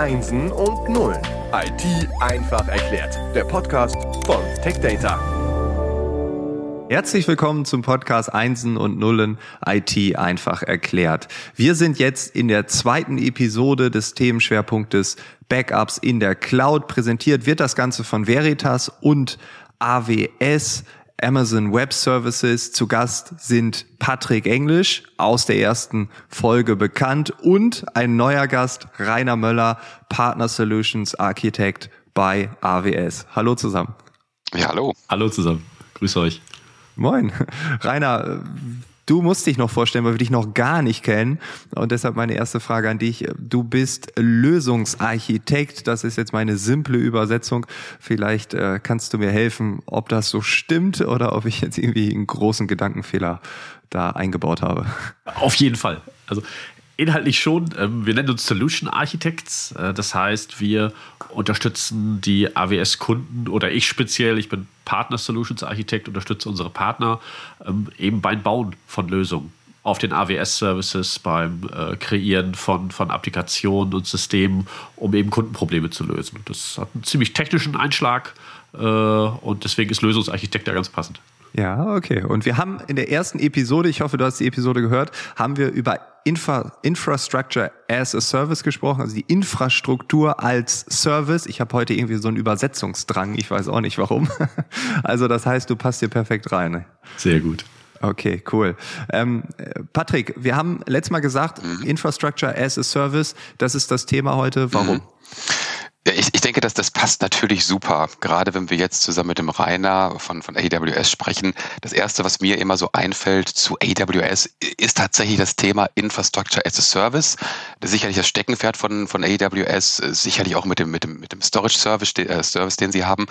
Einsen und Nullen. IT einfach erklärt. Der Podcast von TechData. Herzlich willkommen zum Podcast Einsen und Nullen IT einfach erklärt. Wir sind jetzt in der zweiten Episode des Themenschwerpunktes Backups in der Cloud. Präsentiert wird das Ganze von Veritas und AWS, Amazon Web Services. Zu Gast sind Patrick Englisch, aus der ersten Folge bekannt, und ein neuer Gast, Rainer Möller, Partner Solutions Architect bei AWS. Hallo zusammen. Ja, hallo. Hallo zusammen. Grüß euch. Moin. Rainer, du musst dich noch vorstellen, weil wir dich noch gar nicht kennen. Und deshalb meine erste Frage an dich. Du bist Lösungsarchitekt. Das ist jetzt meine simple Übersetzung. Vielleicht kannst du mir helfen, ob das so stimmt oder ob ich jetzt irgendwie einen großen Gedankenfehler da eingebaut habe. Auf jeden Fall. Also inhaltlich schon. Wir nennen uns Solution Architects. Das heißt, wir unterstützen die AWS-Kunden oder ich speziell, ich bin Partner Solutions Architect, unterstütze unsere Partner eben beim Bauen von Lösungen auf den AWS-Services, beim Kreieren von Applikationen und Systemen, um eben Kundenprobleme zu lösen. Das hat einen ziemlich technischen Einschlag und deswegen ist Lösungsarchitekt da ganz passend. Ja, okay. Und wir haben in der ersten Episode, ich hoffe, du hast die Episode gehört, haben wir über Infrastructure as a Service gesprochen, also die Infrastruktur als Service. Ich habe heute irgendwie so einen Übersetzungsdrang, ich weiß auch nicht warum. Also das heißt, du passt hier perfekt rein. Sehr gut. Okay, cool. Patrick, wir haben letztes Mal gesagt, Infrastructure as a Service, das ist das Thema heute. Warum? Ja, ich denke, dass das passt natürlich super, gerade wenn wir jetzt zusammen mit dem Rainer von AWS sprechen. Das Erste, was mir immer so einfällt zu AWS, ist tatsächlich das Thema Infrastructure as a Service. Das ist sicherlich das Steckenpferd von AWS, sicherlich auch mit dem Storage Service, den sie haben.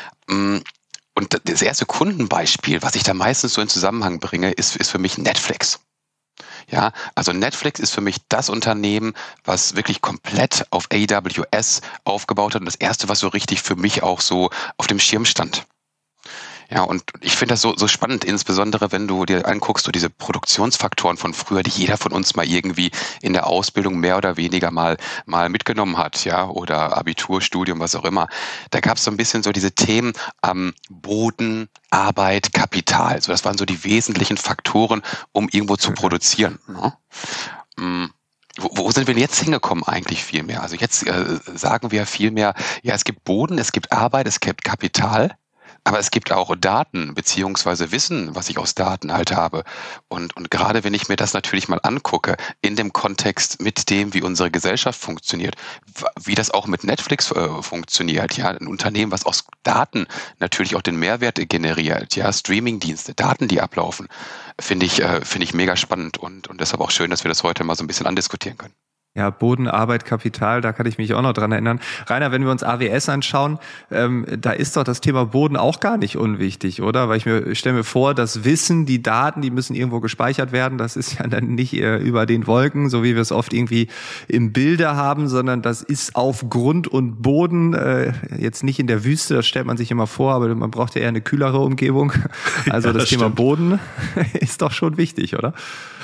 Und das erste Kundenbeispiel, was ich da meistens so in Zusammenhang bringe, ist für mich Netflix. Ja, also Netflix ist für mich das Unternehmen, was wirklich komplett auf AWS aufgebaut hat und das erste, was so richtig für mich auch so auf dem Schirm stand. Ja, und ich finde das so spannend, insbesondere wenn du dir anguckst, so diese Produktionsfaktoren von früher, die jeder von uns mal irgendwie in der Ausbildung mehr oder weniger mal mitgenommen hat, ja, oder Abitur, Studium, was auch immer. Da gab es so ein bisschen so diese Themen Boden, Arbeit, Kapital. So, das waren so die wesentlichen Faktoren, um irgendwo zu produzieren. Ne? Wo sind wir denn jetzt hingekommen eigentlich viel mehr? Also jetzt sagen wir viel mehr, ja, es gibt Boden, es gibt Arbeit, es gibt Kapital. Aber es gibt auch Daten beziehungsweise Wissen, was ich aus Daten halt habe. Und gerade wenn ich mir das natürlich mal angucke, in dem Kontext mit dem, wie unsere Gesellschaft funktioniert, wie das auch mit Netflix funktioniert, ja, ein Unternehmen, was aus Daten natürlich auch den Mehrwert generiert, ja, Streamingdienste, Daten, die ablaufen, finde ich mega spannend und deshalb auch schön, dass wir das heute mal so ein bisschen andiskutieren können. Ja, Boden, Arbeit, Kapital, da kann ich mich auch noch dran erinnern. Rainer, wenn wir uns AWS anschauen, da ist doch das Thema Boden auch gar nicht unwichtig, oder? Weil ich stelle mir vor, das Wissen, die Daten, die müssen irgendwo gespeichert werden. Das ist ja dann nicht über den Wolken, so wie wir es oft irgendwie im Bilde haben, sondern das ist auf Grund und Boden, jetzt nicht in der Wüste, das stellt man sich immer vor, aber man braucht ja eher eine kühlere Umgebung. Also ja, das Thema stimmt. Boden ist doch schon wichtig, oder?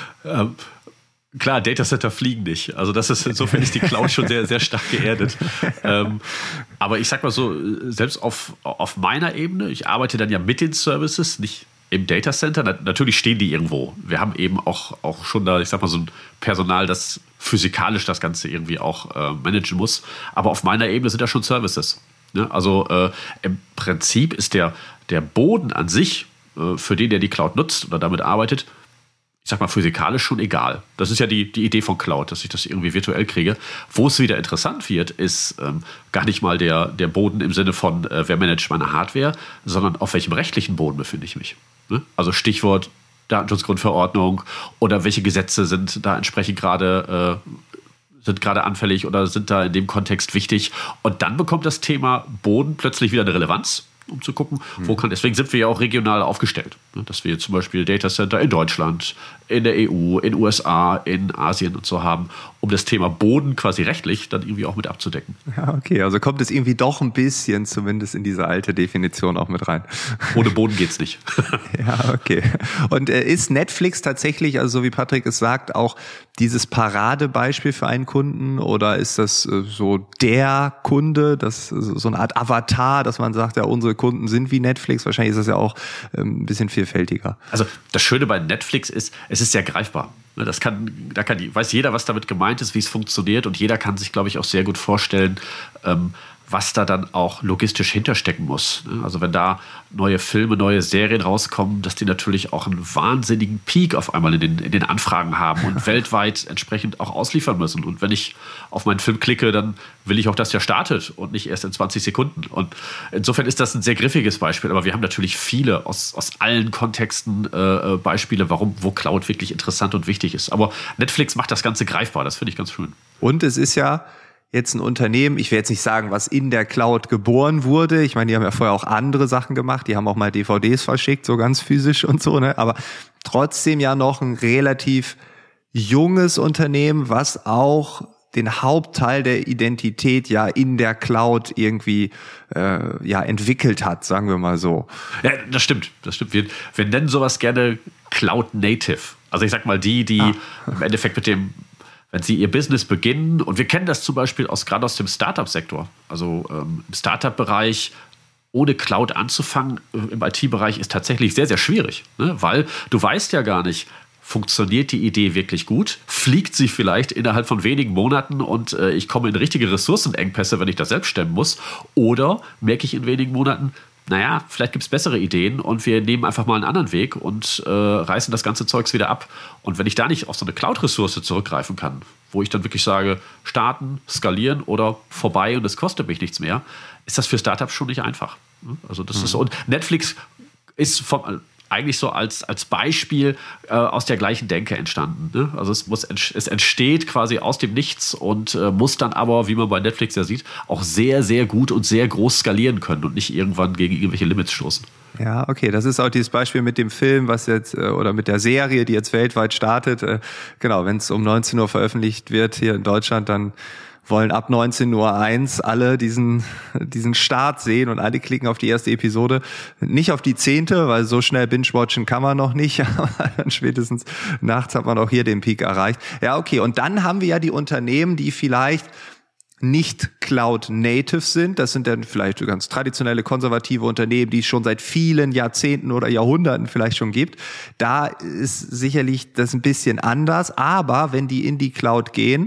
Klar, Datacenter fliegen nicht. Also das ist, insofern ist die Cloud schon sehr, sehr stark geerdet. Aber ich sag mal so, selbst auf meiner Ebene, ich arbeite dann ja mit den Services, nicht im Datacenter. Natürlich stehen die irgendwo. Wir haben eben auch schon da, ich sag mal, so ein Personal, das physikalisch das Ganze irgendwie auch managen muss. Aber auf meiner Ebene sind da schon Services. Ne? Also im Prinzip ist der Boden an sich, für den, der die Cloud nutzt oder damit arbeitet, ich sag mal, physikalisch schon egal. Das ist ja die Idee von Cloud, dass ich das irgendwie virtuell kriege. Wo es wieder interessant wird, ist gar nicht mal der Boden im Sinne von, wer managt meine Hardware, sondern auf welchem rechtlichen Boden befinde ich mich. Ne? Also Stichwort Datenschutzgrundverordnung oder welche Gesetze sind da entsprechend gerade anfällig oder sind da in dem Kontext wichtig. Und dann bekommt das Thema Boden plötzlich wieder eine Relevanz. um zu gucken, deswegen sind wir ja auch regional aufgestellt. Dass wir zum Beispiel Datacenter in Deutschland, in der EU, in den USA, in Asien und so haben, um das Thema Boden quasi rechtlich dann irgendwie auch mit abzudecken. Ja, okay, also kommt es irgendwie doch ein bisschen zumindest in diese alte Definition auch mit rein. Ohne Boden geht's nicht. Ja, okay. Und ist Netflix tatsächlich, also so wie Patrick es sagt, auch dieses Paradebeispiel für einen Kunden oder ist das so der Kunde, das so eine Art Avatar, dass man sagt, ja, unsere Kunden sind wie Netflix? Wahrscheinlich ist das ja auch ein bisschen vielfältiger. Also das Schöne bei Netflix ist, es ist sehr greifbar. Weiß jeder, was damit gemeint ist, wie es funktioniert und jeder kann sich, glaube ich, auch sehr gut vorstellen, was da dann auch logistisch hinterstecken muss. Also wenn da neue Filme, neue Serien rauskommen, dass die natürlich auch einen wahnsinnigen Peak auf einmal in den Anfragen haben und weltweit entsprechend auch ausliefern müssen. Und wenn ich auf meinen Film klicke, dann will ich auch, dass der startet und nicht erst in 20 Sekunden. Und insofern ist das ein sehr griffiges Beispiel. Aber wir haben natürlich viele aus allen Kontexten Beispiele, wo Cloud wirklich interessant und wichtig ist. Aber Netflix macht das Ganze greifbar. Das finde ich ganz schön. Und es ist ja jetzt ein Unternehmen, ich will jetzt nicht sagen, was in der Cloud geboren wurde. Ich meine, die haben ja vorher auch andere Sachen gemacht. Die haben auch mal DVDs verschickt, so ganz physisch und so, ne? Aber trotzdem ja noch ein relativ junges Unternehmen, was auch den Hauptteil der Identität ja in der Cloud irgendwie entwickelt hat, sagen wir mal so. Ja, das stimmt. Wir nennen sowas gerne Cloud Native. Also ich sag mal die im Endeffekt wenn sie ihr Business beginnen, und wir kennen das zum Beispiel gerade aus dem Startup-Sektor, also im Startup-Bereich ohne Cloud anzufangen, im IT-Bereich ist tatsächlich sehr, sehr schwierig, ne? Weil du weißt ja gar nicht, funktioniert die Idee wirklich gut? Fliegt sie vielleicht innerhalb von wenigen Monaten und ich komme in richtige Ressourcenengpässe, wenn ich das selbst stemmen muss? Oder merke ich in wenigen Monaten, naja, vielleicht gibt es bessere Ideen und wir nehmen einfach mal einen anderen Weg und reißen das ganze Zeugs wieder ab. Und wenn ich da nicht auf so eine Cloud-Ressource zurückgreifen kann, wo ich dann wirklich sage, starten, skalieren oder vorbei und es kostet mich nichts mehr, ist das für Startups schon nicht einfach. Also das ist, und Netflix ist eigentlich so als Beispiel aus der gleichen Denke entstanden. Ne? Also es entsteht quasi aus dem Nichts und muss dann aber, wie man bei Netflix ja sieht, auch sehr, sehr gut und sehr groß skalieren können und nicht irgendwann gegen irgendwelche Limits stoßen. Ja, okay, das ist auch dieses Beispiel mit dem Film, was jetzt, oder mit der Serie, die jetzt weltweit startet. Genau, wenn es um 19 Uhr veröffentlicht wird hier in Deutschland, dann wollen ab 19:01 Uhr alle diesen Start sehen und alle klicken auf die erste Episode. Nicht auf die 10., weil so schnell binge-watchen kann man noch nicht, aber dann spätestens nachts hat man auch hier den Peak erreicht. Ja, okay, und dann haben wir ja die Unternehmen, die vielleicht nicht Cloud-Native sind. Das sind dann vielleicht ganz traditionelle, konservative Unternehmen, die es schon seit vielen Jahrzehnten oder Jahrhunderten vielleicht schon gibt. Da ist sicherlich das ein bisschen anders, aber wenn die in die Cloud gehen,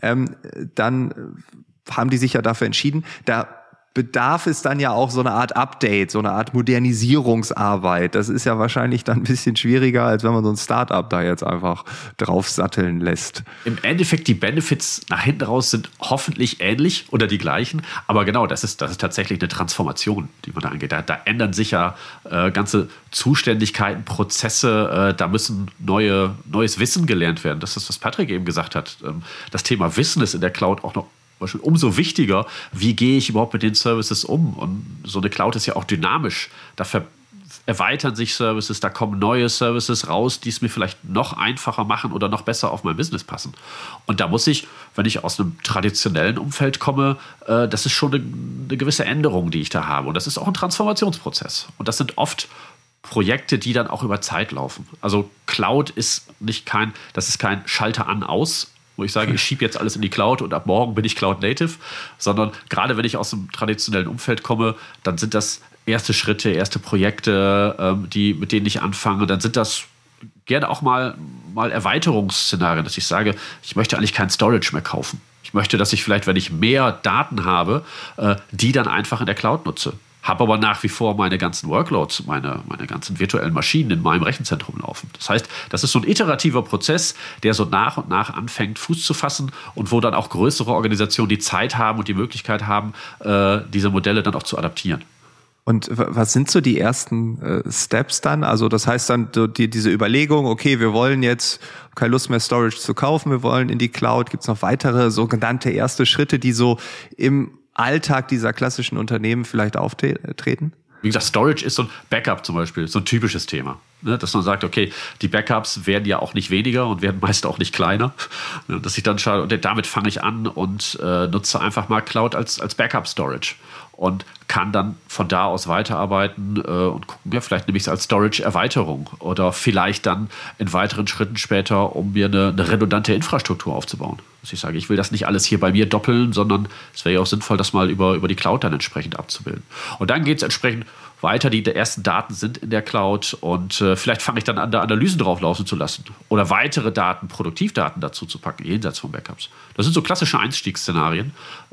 dann haben die sich ja dafür entschieden, da bedarf es dann ja auch so eine Art Update, so eine Art Modernisierungsarbeit. Das ist ja wahrscheinlich dann ein bisschen schwieriger, als wenn man so ein Startup da jetzt einfach draufsatteln lässt. Im Endeffekt, die Benefits nach hinten raus sind hoffentlich ähnlich oder die gleichen, aber genau, das ist tatsächlich eine Transformation, die man da angeht. Da ändern sich ja ganze Zuständigkeiten, Prozesse, da müssen neues Wissen gelernt werden. Das ist, was Patrick eben gesagt hat. Das Thema Wissen ist in der Cloud auch noch umso wichtiger, wie gehe ich überhaupt mit den Services um? Und so eine Cloud ist ja auch dynamisch. Da erweitern sich Services, da kommen neue Services raus, die es mir vielleicht noch einfacher machen oder noch besser auf mein Business passen. Und da muss ich, wenn ich aus einem traditionellen Umfeld komme, das ist schon eine gewisse Änderung, die ich da habe. Und das ist auch ein Transformationsprozess. Und das sind oft Projekte, die dann auch über Zeit laufen. Also Cloud ist kein Schalter an, aus, wo ich sage, ich schiebe jetzt alles in die Cloud und ab morgen bin ich Cloud Native, sondern gerade wenn ich aus einem traditionellen Umfeld komme, dann sind das erste Schritte, erste Projekte, mit denen ich anfange. Dann sind das gerne auch mal Erweiterungsszenarien, dass ich sage, ich möchte eigentlich kein Storage mehr kaufen. Ich möchte, dass ich vielleicht, wenn ich mehr Daten habe, die dann einfach in der Cloud nutze. Habe aber nach wie vor meine ganzen Workloads, meine ganzen virtuellen Maschinen in meinem Rechenzentrum laufen. Das heißt, das ist so ein iterativer Prozess, der so nach und nach anfängt, Fuß zu fassen und wo dann auch größere Organisationen die Zeit haben und die Möglichkeit haben, diese Modelle dann auch zu adaptieren. Und was sind so die ersten Steps dann? Also das heißt dann diese Überlegung, okay, wir wollen jetzt keine Lust mehr Storage zu kaufen, wir wollen in die Cloud. Gibt es noch weitere sogenannte erste Schritte, die so im Alltag dieser klassischen Unternehmen vielleicht auftreten? Wie gesagt, Storage ist so ein Backup zum Beispiel, so ein typisches Thema. Ne? Dass man sagt, okay, die Backups werden ja auch nicht weniger und werden meist auch nicht kleiner. Ne? Dass ich dann schaue, und damit fange ich an und nutze einfach mal Cloud als Backup-Storage. Und kann dann von da aus weiterarbeiten und gucken, ja, vielleicht nehme ich es als Storage-Erweiterung oder vielleicht dann in weiteren Schritten später, um mir eine redundante Infrastruktur aufzubauen. Dass ich sage, ich will das nicht alles hier bei mir doppeln, sondern es wäre ja auch sinnvoll, das mal über die Cloud dann entsprechend abzubilden. Und dann geht es entsprechend weiter, die ersten Daten sind in der Cloud und vielleicht fange ich dann an, da Analysen drauf laufen zu lassen oder weitere Daten, Produktivdaten dazu zu packen, jenseits von Backups. Das sind so klassische Einstiegsszenarien.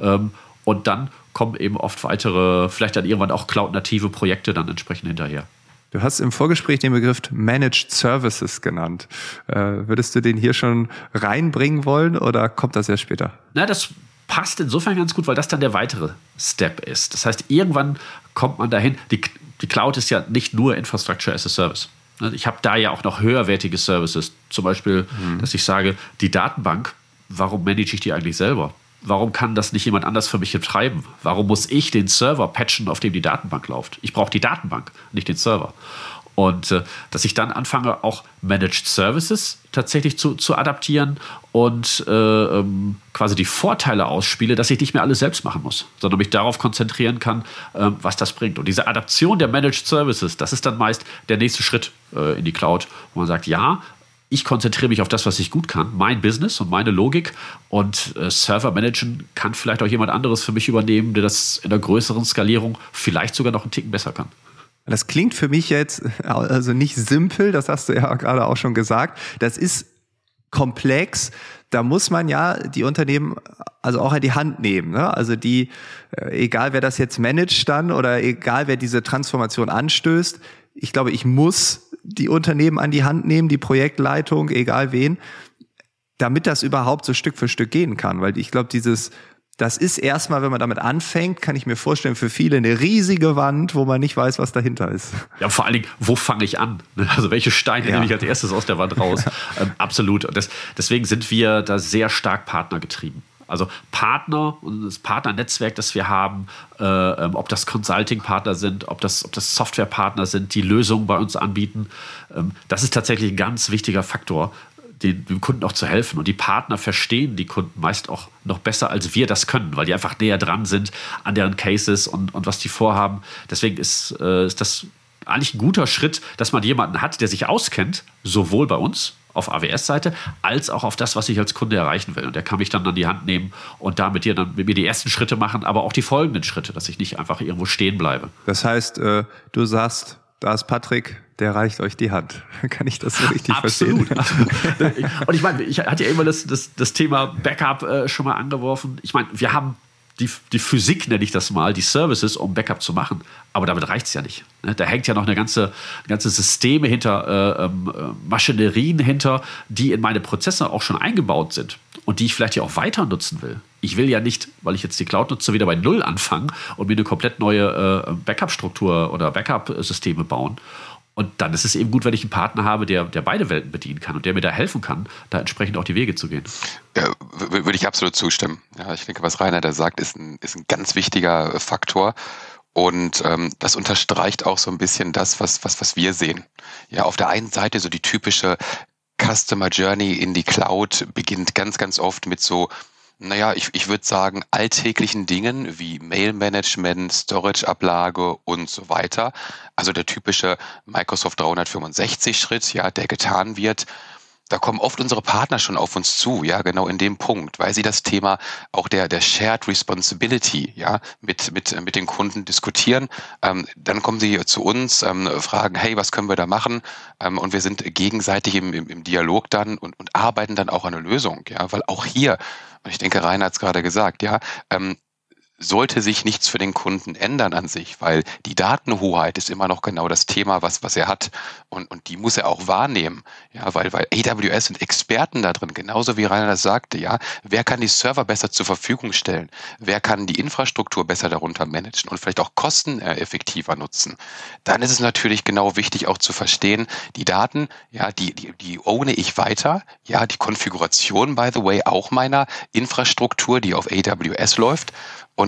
Und dann kommen eben oft weitere, vielleicht dann irgendwann auch Cloud-native Projekte dann entsprechend hinterher. Du hast im Vorgespräch den Begriff Managed Services genannt. Würdest du den hier schon reinbringen wollen oder kommt das erst später? Na, das passt insofern ganz gut, weil das dann der weitere Step ist. Das heißt, irgendwann kommt man dahin, die Cloud ist ja nicht nur Infrastructure as a Service. Ich habe da ja auch noch höherwertige Services. Zum Beispiel, dass ich sage, die Datenbank, warum manage ich die eigentlich selber? Warum kann das nicht jemand anders für mich betreiben? Warum muss ich den Server patchen, auf dem die Datenbank läuft? Ich brauche die Datenbank, nicht den Server. Und dass ich dann anfange, auch Managed Services tatsächlich zu adaptieren und quasi die Vorteile ausspiele, dass ich nicht mehr alles selbst machen muss, sondern mich darauf konzentrieren kann, was das bringt. Und diese Adaption der Managed Services, das ist dann meist der nächste Schritt in die Cloud, wo man sagt, ja, ich konzentriere mich auf das, was ich gut kann, mein Business und meine Logik, und Server managen kann vielleicht auch jemand anderes für mich übernehmen, der das in der größeren Skalierung vielleicht sogar noch einen Ticken besser kann. Das klingt für mich jetzt also nicht simpel, das hast du ja gerade auch schon gesagt. Das ist komplex. Da muss man ja die Unternehmen also auch an die Hand nehmen. Ne? Also die, egal wer das jetzt managt dann oder egal wer diese Transformation anstößt, ich glaube, ich muss die Unternehmen an die Hand nehmen, die Projektleitung, egal wen, damit das überhaupt so Stück für Stück gehen kann. Weil ich glaube, das ist erstmal, wenn man damit anfängt, kann ich mir vorstellen, für viele eine riesige Wand, wo man nicht weiß, was dahinter ist. Ja, vor allen Dingen, wo fange ich an? Also welche Steine nehme ich als erstes aus der Wand raus? Absolut. Und deswegen sind wir da sehr stark partnergetrieben. Also Partner und das Partnernetzwerk, das wir haben, ob das Consulting-Partner sind, ob das Software-Partner sind, die Lösungen bei uns anbieten, das ist tatsächlich ein ganz wichtiger Faktor, dem Kunden auch zu helfen. Und die Partner verstehen die Kunden meist auch noch besser, als wir das können, weil die einfach näher dran sind an deren Cases und was die vorhaben. Deswegen ist das eigentlich ein guter Schritt, dass man jemanden hat, der sich auskennt, sowohl bei uns auf AWS-Seite, als auch auf das, was ich als Kunde erreichen will. Und der kann mich dann an die Hand nehmen und da mit mir die ersten Schritte machen, aber auch die folgenden Schritte, dass ich nicht einfach irgendwo stehen bleibe. Das heißt, du sagst, da ist Patrick, der reicht euch die Hand. Kann ich das so richtig verstehen? Absolut. Und ich meine, ich hatte ja immer das Thema Backup schon mal angeworfen. Ich meine, wir haben die Physik, nenne ich das mal, die Services, um Backup zu machen. Aber damit reicht es ja nicht. Da hängt ja noch eine ganze Systeme hinter, Maschinerien hinter, die in meine Prozesse auch schon eingebaut sind und die ich vielleicht ja auch weiter nutzen will. Ich will ja nicht, weil ich jetzt die Cloud nutze, wieder bei Null anfangen und mir eine komplett neue Backup-Struktur oder Backup-Systeme bauen. Und dann ist es eben gut, wenn ich einen Partner habe, der beide Welten bedienen kann und der mir da helfen kann, da entsprechend auch die Wege zu gehen. Ja, würde ich absolut zustimmen. Ja, ich denke, was Rainer da sagt, ist ein ganz wichtiger Faktor. Und das unterstreicht auch so ein bisschen das, was wir sehen. Ja, auf der einen Seite so die typische Customer Journey in die Cloud beginnt ganz, ganz oft mit so, ich würde sagen, alltäglichen Dingen wie Mail-Management, Storage-Ablage und so weiter. Also der typische Microsoft 365-Schritt, ja, der getan wird. Da kommen oft unsere Partner schon auf uns zu, ja, genau in dem Punkt, weil sie das Thema auch der Shared Responsibility, ja, mit den Kunden diskutieren. Dann kommen sie zu uns, fragen, hey, was können wir da machen? Und wir sind gegenseitig im Dialog dann und arbeiten dann auch an einer Lösung, ja, weil auch hier, und ich denke, Rainer hat es gerade gesagt, ja, sollte sich nichts für den Kunden ändern an sich, weil die Datenhoheit ist immer noch genau das Thema, was er hat, und die muss er auch wahrnehmen, ja, weil AWS sind Experten da drin, genauso wie Rainer das sagte, ja, wer kann die Server besser zur Verfügung stellen, wer kann die Infrastruktur besser darunter managen und vielleicht auch kosteneffektiver nutzen. Dann ist es natürlich genau wichtig auch zu verstehen, die Daten, ja, die ohne ich weiter, ja, die Konfiguration, by the way, auch meiner Infrastruktur, die auf AWS läuft. Und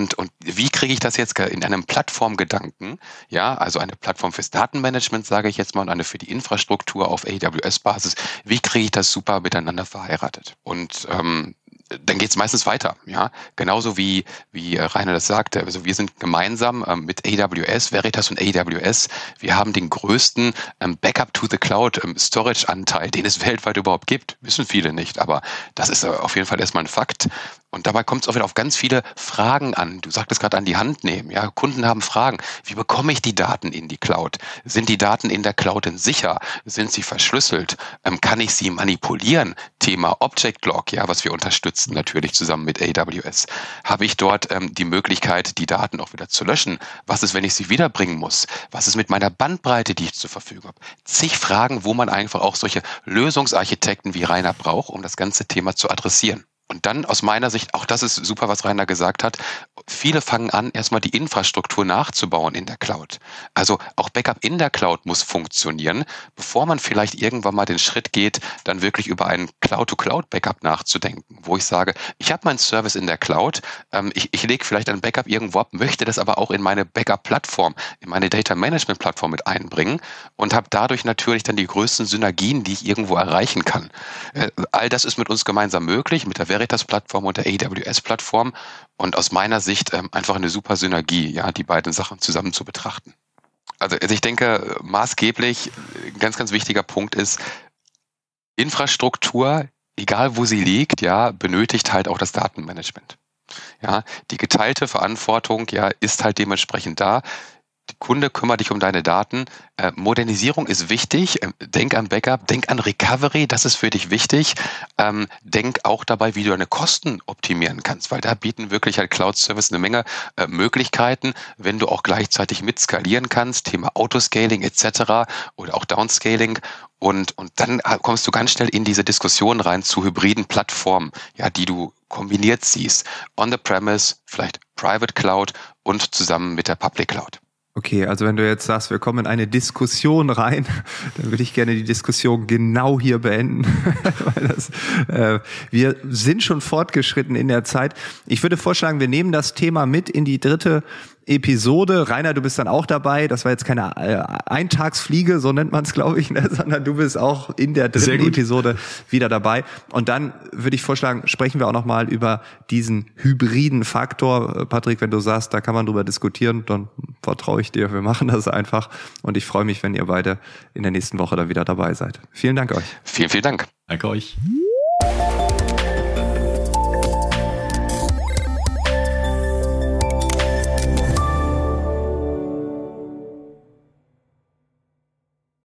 Und wie kriege ich das jetzt in einem Plattformgedanken, ja, also eine Plattform fürs Datenmanagement, sage ich jetzt mal, und eine für die Infrastruktur auf AWS-Basis, wie kriege ich das super miteinander verheiratet? Und dann geht's meistens weiter, ja. Genauso wie Rainer das sagte. Also wir sind gemeinsam mit AWS, Veritas und AWS. Wir haben den größten Backup to the Cloud Storage-Anteil, den es weltweit überhaupt gibt. Wissen viele nicht, aber das ist auf jeden Fall erstmal ein Fakt. Und dabei kommt es auch wieder auf ganz viele Fragen an. Du sagtest gerade an die Hand nehmen. Ja, Kunden haben Fragen. Wie bekomme ich die Daten in die Cloud? Sind die Daten in der Cloud denn sicher? Sind sie verschlüsselt? Kann ich sie manipulieren? Thema Object Log, ja, was wir unterstützen natürlich zusammen mit AWS. Habe ich dort die Möglichkeit, die Daten auch wieder zu löschen? Was ist, wenn ich sie wiederbringen muss? Was ist mit meiner Bandbreite, die ich zur Verfügung habe? Zig Fragen, wo man einfach auch solche Lösungsarchitekten wie Rainer braucht, um das ganze Thema zu adressieren. Und dann aus meiner Sicht, auch das ist super, was Rainer gesagt hat, viele fangen an, erstmal die Infrastruktur nachzubauen in der Cloud. Also auch Backup in der Cloud muss funktionieren, bevor man vielleicht irgendwann mal den Schritt geht, dann wirklich über ein Cloud-to-Cloud-Backup nachzudenken, wo ich sage, ich habe meinen Service in der Cloud, ich lege vielleicht ein Backup irgendwo ab, möchte das aber auch in meine Backup-Plattform, in meine Data-Management-Plattform mit einbringen und habe dadurch natürlich dann die größten Synergien, die ich irgendwo erreichen kann. All das ist mit uns gemeinsam möglich, mit der Veritas-Plattform und der AWS-Plattform und aus meiner Sicht einfach eine super Synergie, ja, die beiden Sachen zusammen zu betrachten. Also ich denke, maßgeblich ein ganz, ganz wichtiger Punkt ist, Infrastruktur, egal wo sie liegt, ja, benötigt halt auch das Datenmanagement. Ja, die geteilte Verantwortung, ja, ist halt dementsprechend da. Kunde, kümmere dich um deine Daten. Modernisierung ist wichtig. Denk an Backup, denk an Recovery, das ist für dich wichtig. Denk auch dabei, wie du deine Kosten optimieren kannst, weil da bieten wirklich halt Cloud-Service eine Menge Möglichkeiten, wenn du auch gleichzeitig mit skalieren kannst, Thema Autoscaling etc. oder auch Downscaling. Und dann kommst du ganz schnell in diese Diskussion rein zu hybriden Plattformen, ja, die du kombiniert siehst. On-the-Premise, vielleicht Private Cloud und zusammen mit der Public Cloud. Okay, also wenn du jetzt sagst, wir kommen in eine Diskussion rein, dann würde ich gerne die Diskussion genau hier beenden. Weil wir sind schon fortgeschritten in der Zeit. Ich würde vorschlagen, wir nehmen das Thema mit in die 3. Episode. Rainer, du bist dann auch dabei. Das war jetzt keine Eintagsfliege, so nennt man es, glaube ich, ne? Sondern du bist auch in der 3. Episode wieder dabei. Und dann würde ich vorschlagen, sprechen wir auch nochmal über diesen hybriden Faktor. Patrick, wenn du sagst, da kann man drüber diskutieren, dann vertraue ich dir. Wir machen das einfach. Und ich freue mich, wenn ihr beide in der nächsten Woche dann wieder dabei seid. Vielen Dank euch. Vielen, vielen Dank. Danke euch.